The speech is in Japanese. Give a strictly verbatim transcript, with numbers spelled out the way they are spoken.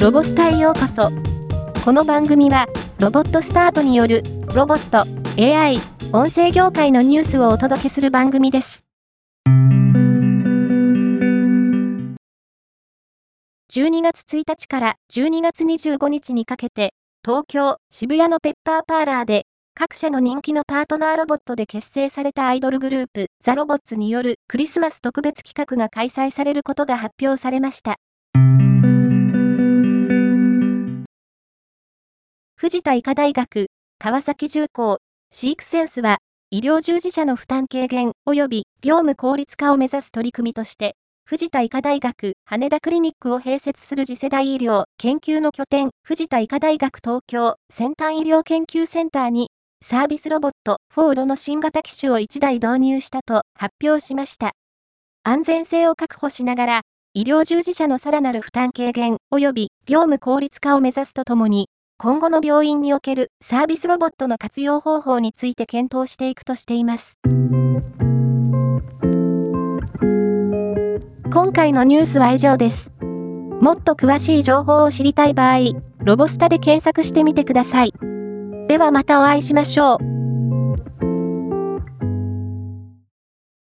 ロボスタへようこそ。この番組は、ロボットスタートによる、ロボット、エーアイ、音声業界のニュースをお届けする番組です。じゅうにがつついたちからじゅうにがつにじゅうごにちにかけて、東京、渋谷のペッパーパーラーで、各社の人気のパートナーロボットで結成されたアイドルグループ、ザ・ロボッツによるクリスマス特別企画が開催されることが発表されました。藤田医科大学、川崎重工、シークセンスは、医療従事者の負担軽減及び業務効率化を目指す取り組みとして、藤田医科大学羽田クリニックを併設する次世代医療研究の拠点、藤田医科大学東京先端医療研究センターに、サービスロボットフォーロの新型機種をいちだい導入したと発表しました。安全性を確保しながら、医療従事者のさらなる負担軽減及び業務効率化を目指すとともに、今後の病院におけるサービスロボットの活用方法について検討していくとしています。今回のニュースは以上です。もっと詳しい情報を知りたい場合、ロボスタで検索してみてください。ではまたお会いしましょう。